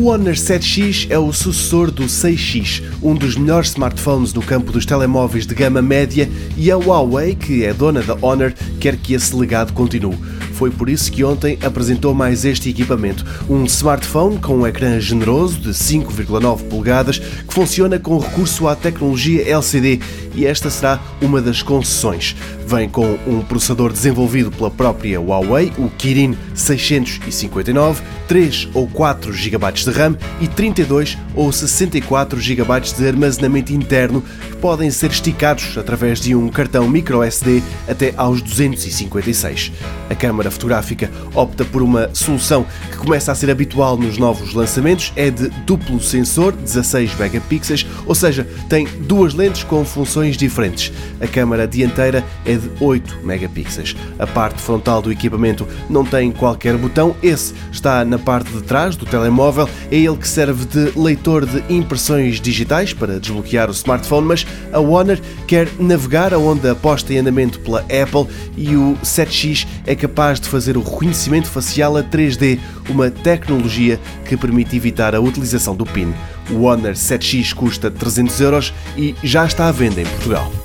O Honor 7X é o sucessor do 6X, um dos melhores smartphones no campo dos telemóveis de gama média, e a Huawei, que é dona da Honor, quer que esse legado continue. Foi por isso que ontem apresentou mais este equipamento, um smartphone com um ecrã generoso de 5,9 polegadas que funciona com recurso à tecnologia LCD, e esta será uma das concessões. Vem com um processador desenvolvido pela própria Huawei, o Kirin 659, 3 ou 4 GB de RAM e 32 ou 64 GB de armazenamento interno, que podem ser esticados através de um cartão microSD até aos 256. A câmara fotográfica opta por uma solução que começa a ser habitual nos novos lançamentos, é de duplo sensor, 16 megapixels, ou seja, tem duas lentes com funções diferentes. A câmara dianteira é de 8 megapixels. A parte frontal do equipamento não tem qualquer botão, esse está na parte de trás do telemóvel, é ele que serve de leitor de impressões digitais para desbloquear o smartphone, mas a Honor quer navegar a onda posta em andamento pela Apple, e o 7X é capaz de fazer o reconhecimento facial a 3D, uma tecnologia que permite evitar a utilização do PIN. O Honor 7X custa 300 € e já está à venda em Portugal.